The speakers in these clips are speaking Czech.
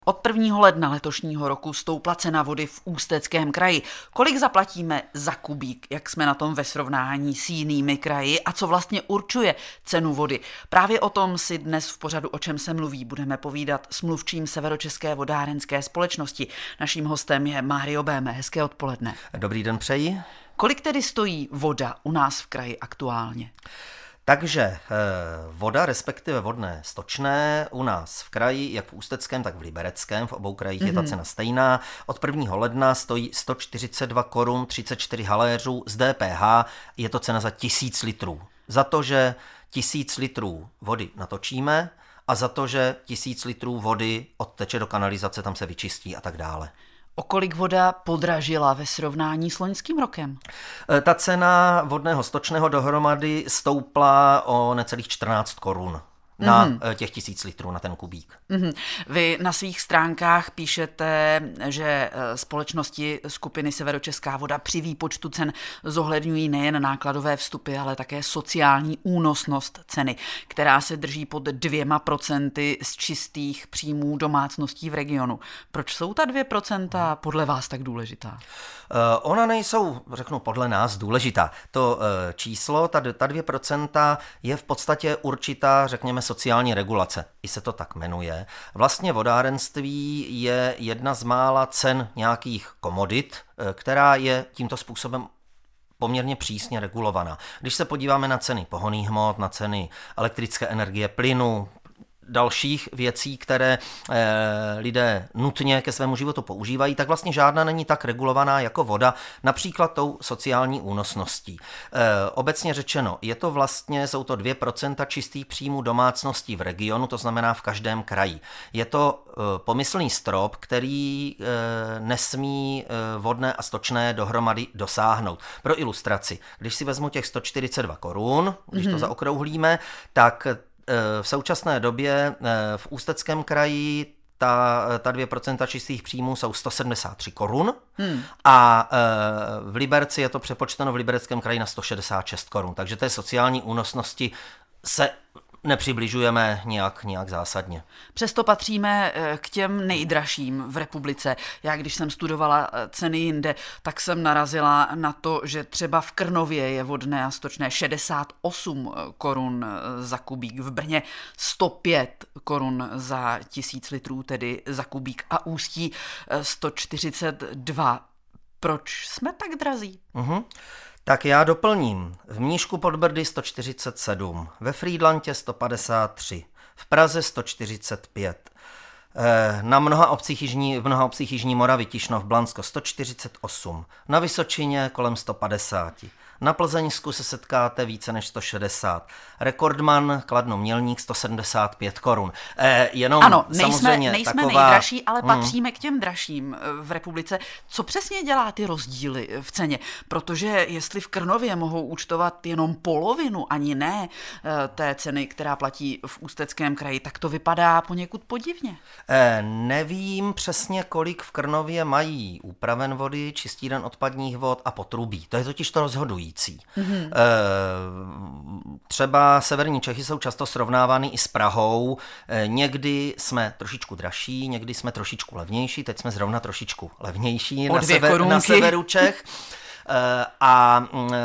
Od 1. ledna letošního roku stoupla cena vody v Ústeckém kraji. Kolik zaplatíme za kubík, jak jsme na tom ve srovnání s jinými kraji a co vlastně určuje cenu vody? Právě o tom si dnes v pořadu O čem se mluví budeme povídat s mluvčím Severočeské vodárenské společnosti. Naším hostem je Mário Béme. Hezké odpoledne. Dobrý den přeji. Kolik tedy stojí voda u nás v kraji aktuálně? Takže voda, respektive vodné stočné u nás v kraji, jak v Ústeckém, tak v Libereckém, v obou krajích je ta cena stejná. Od 1. ledna stojí 142 korun 34 haléřů z DPH, je to cena za 1000 litrů. Za to, že 1000 litrů vody natočíme a za to, že 1000 litrů vody odteče do kanalizace, tam se vyčistí a tak dále. O kolik voda podražila ve srovnání s loňským rokem? Ta cena vodného stočného dohromady stoupla o necelých 14 korun na těch 1000 litrů na ten kubík. Vy na svých stránkách píšete, že společnosti skupiny Severočeská voda při výpočtu cen zohledňují nejen nákladové vstupy, ale také sociální únosnost ceny, která se drží pod 2% z čistých příjmů domácností v regionu. Proč jsou ta 2% podle vás tak důležitá? Ona nejsou, řeknu, podle nás důležitá. To číslo, ta 2% je v podstatě určitá, řekněme, sociální regulace. I se to tak jmenuje. Vlastně vodárenství je jedna z mála cen nějakých komodit, která je tímto způsobem poměrně přísně regulovaná. Když se podíváme na ceny pohonných hmot, na ceny elektrické energie, plynu, dalších věcí, které lidé nutně ke svému životu používají, tak vlastně žádná není tak regulovaná jako voda, například tou sociální únosností. Obecně řečeno, jsou to 2% čistých příjmů domácností v regionu, to znamená v každém kraji. Je to pomyslný strop, který nesmí vodné a stočné dohromady dosáhnout. Pro ilustraci, když si vezmu těch 142 korun, když to zaokrouhlíme, tak v současné době v Ústeckém kraji ta 2% čistých příjmů jsou 173 korun a v Liberci je to přepočteno v Libereckém kraji na 166 korun. Takže té sociální únosnosti se nepřibližujeme nějak zásadně. Přesto patříme k těm nejdražším v republice. Já když jsem studovala ceny jinde, tak jsem narazila na to, že třeba v Krnově je vodné a stočné 68 korun za kubík, v Brně 105 korun za 1000 litrů, tedy za kubík, a Ústí 142. Proč jsme tak drazí? Tak já doplním. V Mníšku pod Brdy 147, ve Frýdlantě 153, v Praze 145, v mnoha obcích Jižní Moravy, Tišnov, Blansko 148, na Vysočině kolem 150, na Plzeňsku se setkáte více než 160, rekordman Kladno Mělník 175 korun. Ano, nejsme nejdražší, ale patříme k těm dražším v republice. Co přesně dělá ty rozdíly v ceně? Protože jestli v Krnově mohou účtovat jenom polovinu, ani ne té ceny, která platí v Ústeckém kraji, tak to vypadá poněkud podivně. Nevím přesně, kolik v Krnově mají úpraven vody, čistíren odpadních vod a potrubí. To je totiž to rozhodující. Třeba severní Čechy jsou často srovnávány i s Prahou. Někdy jsme trošičku dražší, někdy jsme trošičku levnější, teď jsme zrovna trošičku levnější na severu Čech. A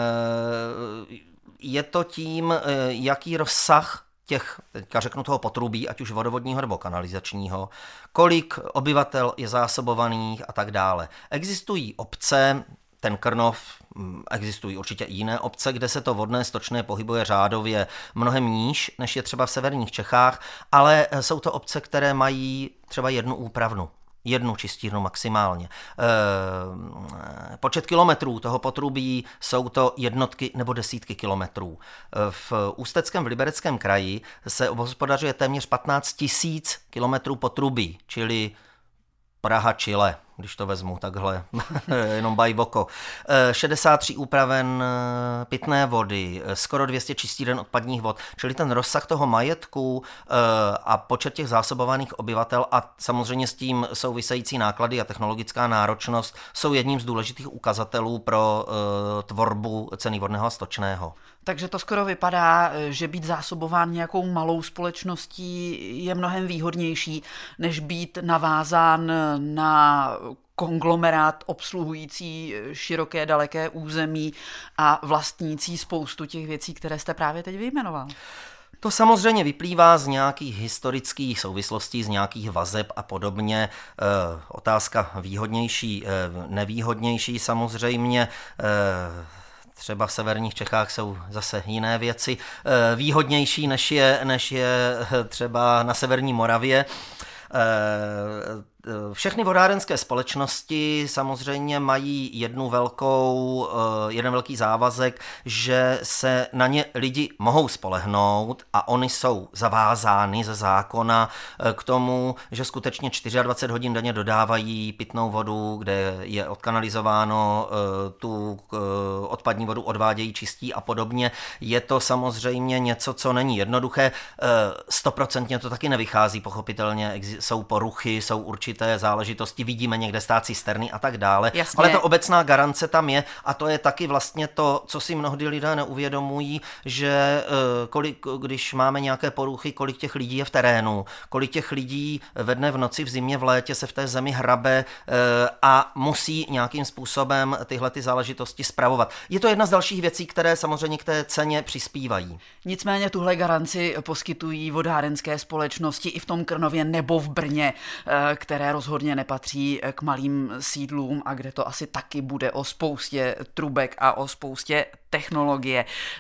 je to tím, jaký rozsah teďka řeknu toho potrubí, ať už vodovodního nebo kanalizačního, kolik obyvatel je zásobovaných a tak dále. Existují obce, ten Krnov, existují určitě i jiné obce, kde se to vodné stočné pohybuje řádově mnohem níž, než je třeba v severních Čechách, ale jsou to obce, které mají třeba jednu úpravnu. Jednu čistírnu maximálně. Počet kilometrů toho potrubí jsou to jednotky nebo desítky kilometrů. V Ústeckém, v Libereckém kraji se obhospodařuje téměř 15 000 kilometrů potrubí, čili Praha, Chile, když to vezmu takhle, jenom by oko. 63 úpraven pitné vody, skoro 200 čistíren odpadních vod, čili ten rozsah toho majetku a počet těch zásobovaných obyvatel a samozřejmě s tím související náklady a technologická náročnost jsou jedním z důležitých ukazatelů pro tvorbu ceny vodného a stočného. Takže to skoro vypadá, že být zásobován nějakou malou společností je mnohem výhodnější, než být navázán na konglomerát obsluhující široké, daleké území a vlastnící spoustu těch věcí, které jste právě teď vyjmenoval. To samozřejmě vyplývá z nějakých historických souvislostí, z nějakých vazeb a podobně. Otázka výhodnější, nevýhodnější samozřejmě. Třeba v severních Čechách jsou zase jiné věci výhodnější, než je třeba na severní Moravě. Všechny vodárenské společnosti samozřejmě mají jeden velký závazek, že se na ně lidi mohou spolehnout a oni jsou zavázány ze zákona k tomu, že skutečně 24 hodin denně dodávají pitnou vodu, kde je odkanalizováno, tu odpadní vodu odvádějí, čistí a podobně. Je to samozřejmě něco, co není jednoduché. 100% to taky nevychází, pochopitelně jsou poruchy, jsou určité záležitosti, vidíme někde stát cisterny a tak dále. Jasně. Ale ta obecná garance tam je a to je taky vlastně to, co si mnohdy lidé neuvědomují, že když máme nějaké poruchy, kolik těch lidí je v terénu, kolik těch lidí ve dne, v noci, v zimě, v létě se v té zemi hrabe a musí nějakým způsobem tyhle ty záležitosti spravovat. Je to jedna z dalších věcí, které samozřejmě k té ceně přispívají. Nicméně tuhle garanci poskytují vodárenské společnosti i v tom Krnově nebo v Brně, které rozhodně nepatří k malým sídlům a kde to asi taky bude o spoustě trubek a o spoustě technologie.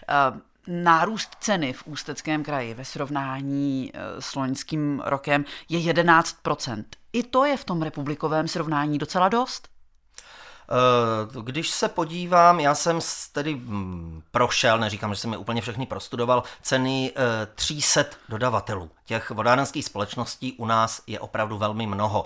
Nárůst ceny v Ústeckém kraji ve srovnání s loňským rokem je 11%. I to je v tom republikovém srovnání docela dost. Když se podívám, já jsem tedy prošel, neříkám, že jsem je úplně všechny prostudoval, ceny 300 dodavatelů. Těch vodárenských společností u nás je opravdu velmi mnoho.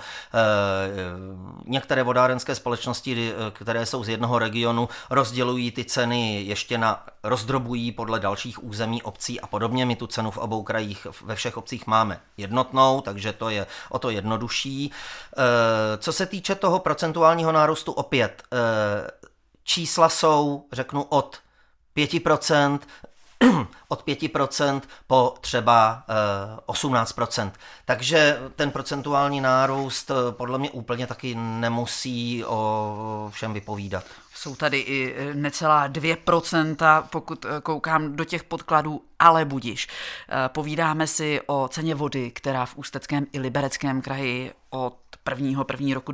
Některé vodárenské společnosti, které jsou z jednoho regionu, rozdělují ty ceny ještě rozdrobují podle dalších území, obcí a podobně. My tu cenu v obou krajích, ve všech obcích máme jednotnou, takže to je o to jednodušší. Co se týče toho procentuálního nárůstu, opět čísla jsou, řeknu, od 5%, od 5% po třeba 18%. Takže ten procentuální nárůst podle mě úplně taky nemusí o všem vypovídat. Jsou tady i necelá 2%, pokud koukám do těch podkladů, ale budiš. Povídáme si o ceně vody, která v Ústeckém i Libereckém kraji od 1. roku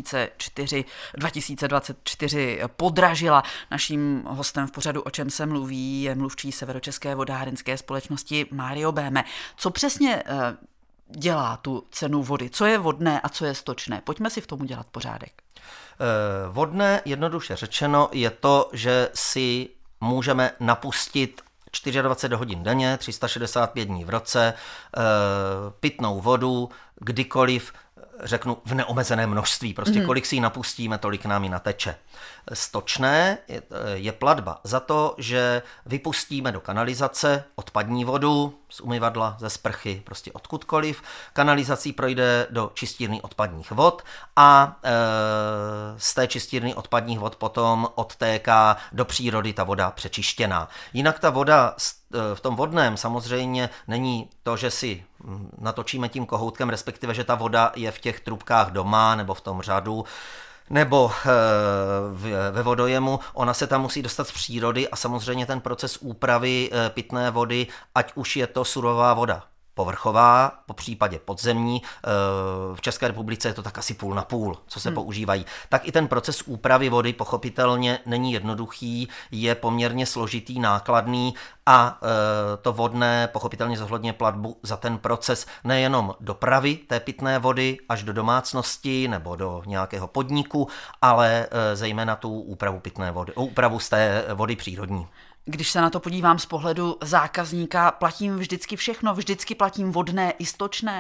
2024 podražila. Naším hostem v pořadu O čem se mluví je mluvčí Severočeské vodárenské společnosti Mário Béme. Co přesně dělá tu cenu vody? Co je vodné a co je stočné? Pojďme si v tom udělat pořádek. Vodné, jednoduše řečeno, je to, že si můžeme napustit 24 hodin denně, 365 dní v roce, pitnou vodu, kdykoliv, řeknu v neomezené množství, prostě kolik si ji napustíme, tolik nám ji nateče. Stočné je platba za to, že vypustíme do kanalizace odpadní vodu z umyvadla, ze sprchy, prostě odkudkoliv. Kanalizací projde do čistírny odpadních vod a z té čistírny odpadních vod potom odtéká do přírody ta voda přečištěná. Jinak ta voda v tom vodném samozřejmě není to, že si natočíme tím kohoutkem, respektive, že ta voda je v těch trubkách doma nebo v tom řadu, nebo ve vodojemu, ona se tam musí dostat z přírody a samozřejmě ten proces úpravy pitné vody, ať už je to surová voda povrchová, po případě podzemní, v České republice je to tak asi půl na půl, co se používají, tak i ten proces úpravy vody pochopitelně není jednoduchý, je poměrně složitý, nákladný a to vodné pochopitelně zohledňuje platbu za ten proces nejenom dopravy té pitné vody až do domácnosti nebo do nějakého podniku, ale zejména tu úpravu pitné vody, úpravu z té vody přírodní. Když se na to podívám z pohledu zákazníka, platím vždycky všechno, vždycky platím vodné i stočné.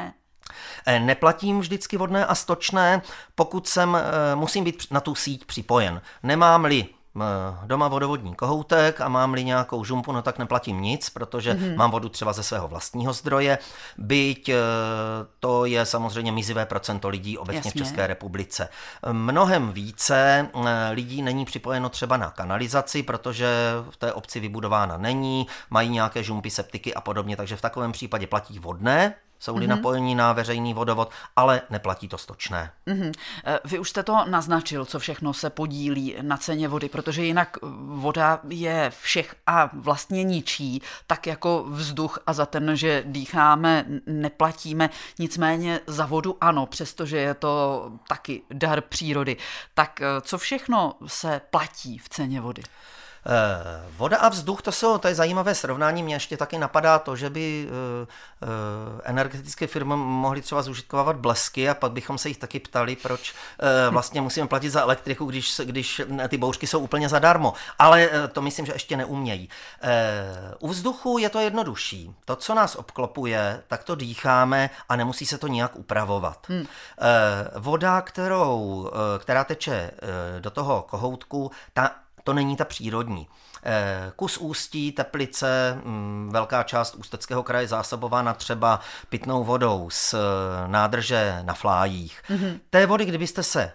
Neplatím vždycky vodné a stočné, pokud musím být na tu síť připojen. Nemám-li doma vodovodní kohoutek a mám-li nějakou žumpu, no tak neplatím nic, protože mám vodu třeba ze svého vlastního zdroje, byť to je samozřejmě mizivé procento lidí obecně v České republice. Mnohem více lidí není připojeno třeba na kanalizaci, protože v té obci vybudována není, mají nějaké žumpy, septiky a podobně, takže v takovém případě platí vodné, jsou-li napojení na veřejný vodovod, ale neplatí to stočné. Vy už jste to naznačil, co všechno se podílí na ceně vody, protože jinak voda je všech a vlastně ničí, tak jako vzduch a za ten, že dýcháme, neplatíme. Nicméně za vodu ano, přestože je to taky dar přírody. Tak co všechno se platí v ceně vody? Voda a vzduch, to je zajímavé srovnání. Mě ještě taky napadá to, že by energetické firmy mohly třeba zužitkovávat blesky a pak bychom se jich taky ptali, proč vlastně musíme platit za elektriku, když ty bouřky jsou úplně zadarmo. Ale to myslím, že ještě neumějí. U vzduchu je to jednodušší. To, co nás obklopuje, tak to dýcháme a nemusí se to nijak upravovat. Voda, která teče do toho kohoutku, to není ta přírodní. Kus Ústí, Teplice, velká část Ústeckého kraje zásobována třeba pitnou vodou z nádrže na Flájích. Té vody, kdybyste se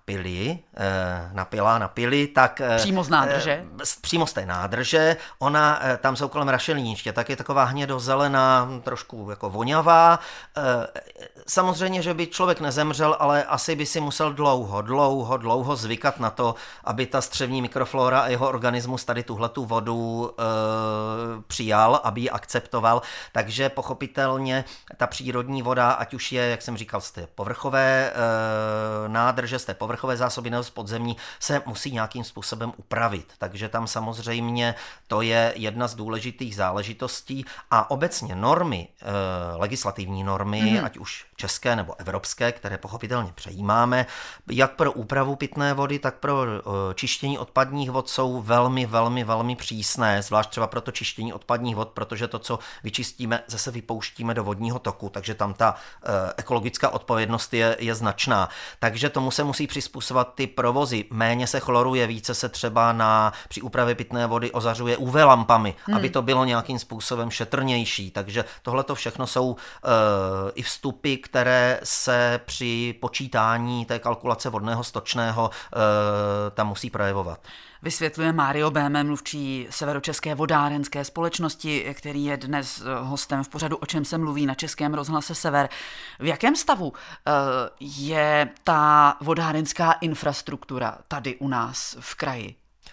napili, tak... Přímo z nádrže? Přímo z té nádrže. Tam jsou kolem rašeliniště, tak je taková hnědozelená, trošku jako vonavá. Samozřejmě, že by člověk nezemřel, ale asi by si musel dlouho zvykat na to, aby ta střevní mikroflora a jeho organismus tady tuhletu vodu přijal, aby ji akceptoval. Takže pochopitelně ta přírodní voda, ať už je, jak jsem říkal, z té povrchové nádrže, z té povrchové zásoby nebo z podzemní, se musí nějakým způsobem upravit. Takže tam samozřejmě to je jedna z důležitých záležitostí a obecně normy, legislativní normy, ať už české nebo evropské, které pochopitelně přejímáme, jak pro úpravu pitné vody, tak pro čištění odpadních vod jsou velmi přísné, zvlášť třeba pro to čištění odpadních vod, protože to, co vyčistíme, zase vypouštíme do vodního toku, takže tam ta ekologická odpovědnost je značná. Takže tomu se musí přizpůsobovat ty provozy. Méně se chloruje, více se třeba při úpravě pitné vody ozařuje UV lampami, aby to bylo nějakým způsobem šetrnější. Takže tohle to všechno jsou i vstupy, které se při počítání té kalkulace vodného stočného tam musí projevovat. Vysvětluje Mário Béme, mluvčí Severočeské vodárenské společnosti, který je dnes hostem v pořadu O čem se mluví na Českém rozhlase Sever. V jakém stavu je ta vodárenská infrastruktura tady u nás v kraji?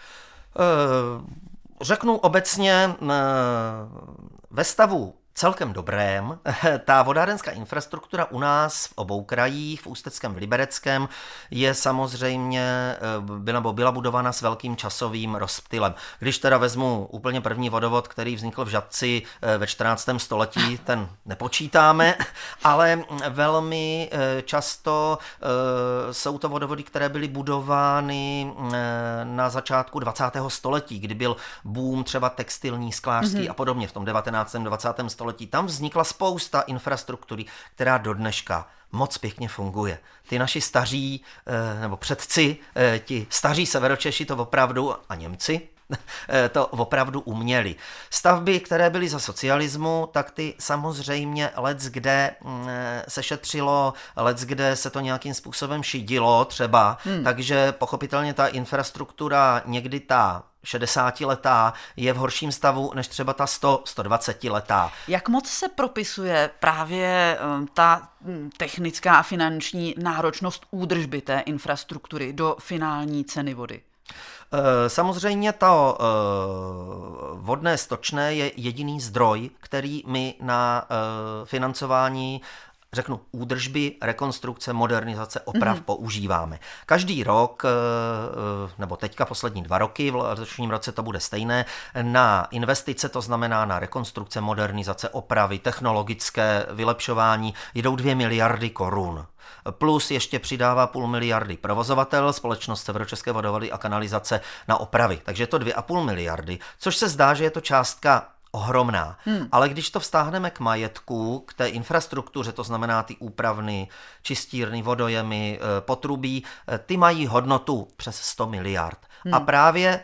Řeknu obecně ve stavu celkem dobrém. Ta vodárenská infrastruktura u nás v obou krajích, v Ústeckém, v Libereckém, je samozřejmě, byla budována s velkým časovým rozptylem. Když teda vezmu úplně první vodovod, který vznikl v Žatci ve 14. století, ten nepočítáme, ale velmi často jsou to vodovody, které byly budovány na začátku 20. století, kdy byl boom třeba textilní, sklářský a podobně v tom 19. 20. století. Tam vznikla spousta infrastruktury, která do dneška moc pěkně funguje. Ty naši staří, nebo předci, ti staří Severočeši to opravdu, a Němci, to opravdu uměli. Stavby, které byly za socialismu, tak ty samozřejmě leckde se šetřilo, leckde se to nějakým způsobem šidilo třeba, takže pochopitelně ta infrastruktura někdy ta 60letá je v horším stavu než třeba ta 100-120letá. Jak moc se propisuje právě ta technická a finanční náročnost údržby té infrastruktury do finální ceny vody? Samozřejmě to vodné stočné je jediný zdroj, který my na financování údržby, rekonstrukce, modernizace, oprav používáme. Každý rok, nebo teďka poslední 2 roky, v letošním roce to bude stejné, na investice, to znamená na rekonstrukce, modernizace, opravy, technologické vylepšování, jdou 2 miliardy korun. Plus ještě přidává 0,5 miliardy provozovatel, společnost Severočeské vodovody a kanalizace na opravy. Takže je to 2,5 miliardy, což se zdá, že je to částka ohromná. Ale když to vztáhneme k majetku, k té infrastruktuře, to znamená ty úpravny, čistírny, vodojemy, potrubí, ty mají hodnotu přes 100 miliard. A právě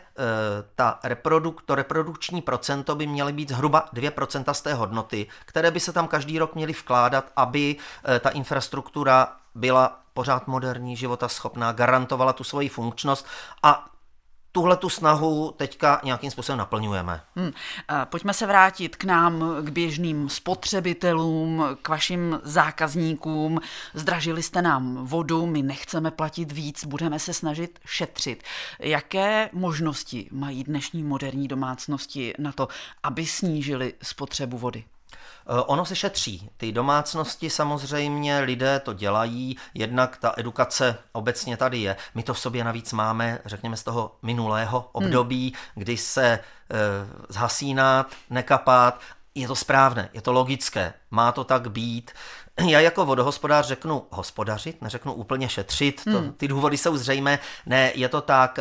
to reprodukční procento by měly být zhruba 2% z té hodnoty, které by se tam každý rok měly vkládat, aby ta infrastruktura byla pořád moderní, životaschopná, garantovala tu svoji funkčnost a tuhletu snahu teďka nějakým způsobem naplňujeme. Pojďme se vrátit k nám, k běžným spotřebitelům, k vašim zákazníkům. Zdražili jste nám vodu, my nechceme platit víc, budeme se snažit šetřit. Jaké možnosti mají dnešní moderní domácnosti na to, aby snížili spotřebu vody? Ono se šetří. Ty domácnosti samozřejmě, lidé to dělají, jednak ta edukace obecně tady je. My to v sobě navíc máme, řekněme, z toho minulého období, kdy se zhasínat, nekapat. Je to správné, je to logické, má to tak být. Já jako vodohospodář řeknu hospodařit, neřeknu úplně šetřit, ty důvody jsou zřejmé. Ne, je to tak,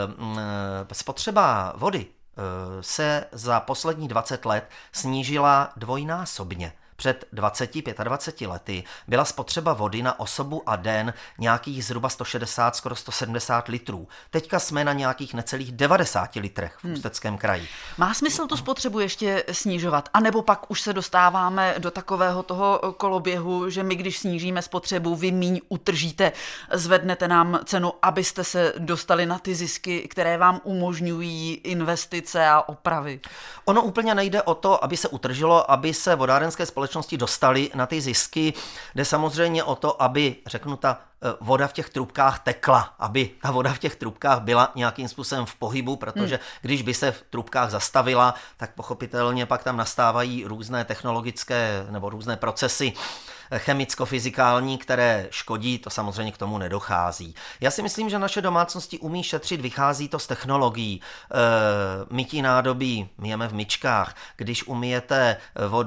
spotřeba vody se za poslední 20 let snížila dvojnásobně. Před 25 lety byla spotřeba vody na osobu a den nějakých zhruba 160, skoro 170 litrů. Teďka jsme na nějakých necelých 90 litrech v Ústeckém kraji. Má smysl tu spotřebu ještě snižovat? A nebo pak už se dostáváme do takového toho koloběhu, že my, když snížíme spotřebu, vy míň utržíte, zvednete nám cenu, abyste se dostali na ty zisky, které vám umožňují investice a opravy? Ono úplně nejde o to, aby se utržilo, aby se vodárenské společnosti dostali na ty zisky. Jde samozřejmě o to, aby, řeknu, ta voda v těch trubkách tekla, aby ta voda v těch trubkách byla nějakým způsobem v pohybu, protože když by se v trubkách zastavila, tak pochopitelně pak tam nastávají různé technologické nebo různé procesy chemicko-fyzikální, které škodí, to samozřejmě k tomu nedochází. Já si myslím, že naše domácnosti umí šetřit, vychází to z technologií. Mytí nádobí myjeme v myčkách. Když umyjete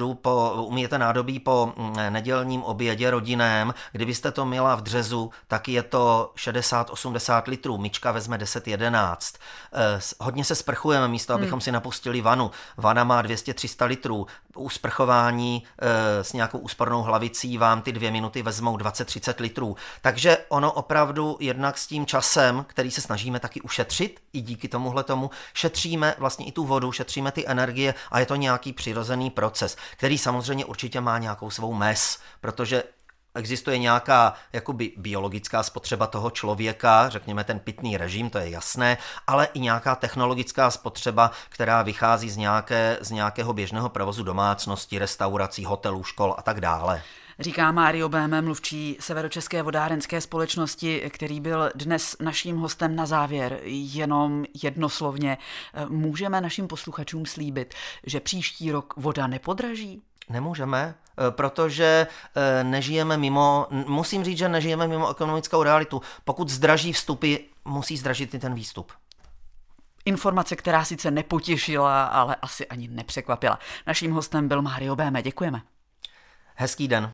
nádobí po nedělním obědě rodinném, kdybyste to myla v dřezu, tak je to 60-80 litrů. Myčka vezme 10-11. Hodně se sprchujeme místo, abychom si napustili vanu. Vana má 200-300 litrů. U sprchování s nějakou úspornou hlavicí vám ty 2 minuty vezmou 20-30 litrů. Takže ono opravdu jednak s tím časem, který se snažíme taky ušetřit, i díky tomuhletomu, šetříme vlastně i tu vodu, šetříme ty energie a je to nějaký přirozený proces, který samozřejmě určitě má nějakou svou mez, protože existuje nějaká jakoby biologická spotřeba toho člověka, řekněme ten pitný režim, to je jasné, ale i nějaká technologická spotřeba, která vychází z nějakého běžného provozu domácností, restaurací, hotelů, škol a tak dále. Říká Mário Béme, mluvčí Severočeské vodárenské společnosti, který byl dnes naším hostem. Na závěr jenom jednoslovně. Můžeme našim posluchačům slíbit, že příští rok voda nepodraží? Nemůžeme, protože musím říct, že nežijeme mimo ekonomickou realitu. Pokud zdraží vstupy, musí zdražit i ten výstup. Informace, která sice nepotěšila, ale asi ani nepřekvapila. Naším hostem byl Mário Béme. Děkujeme. Hezký den.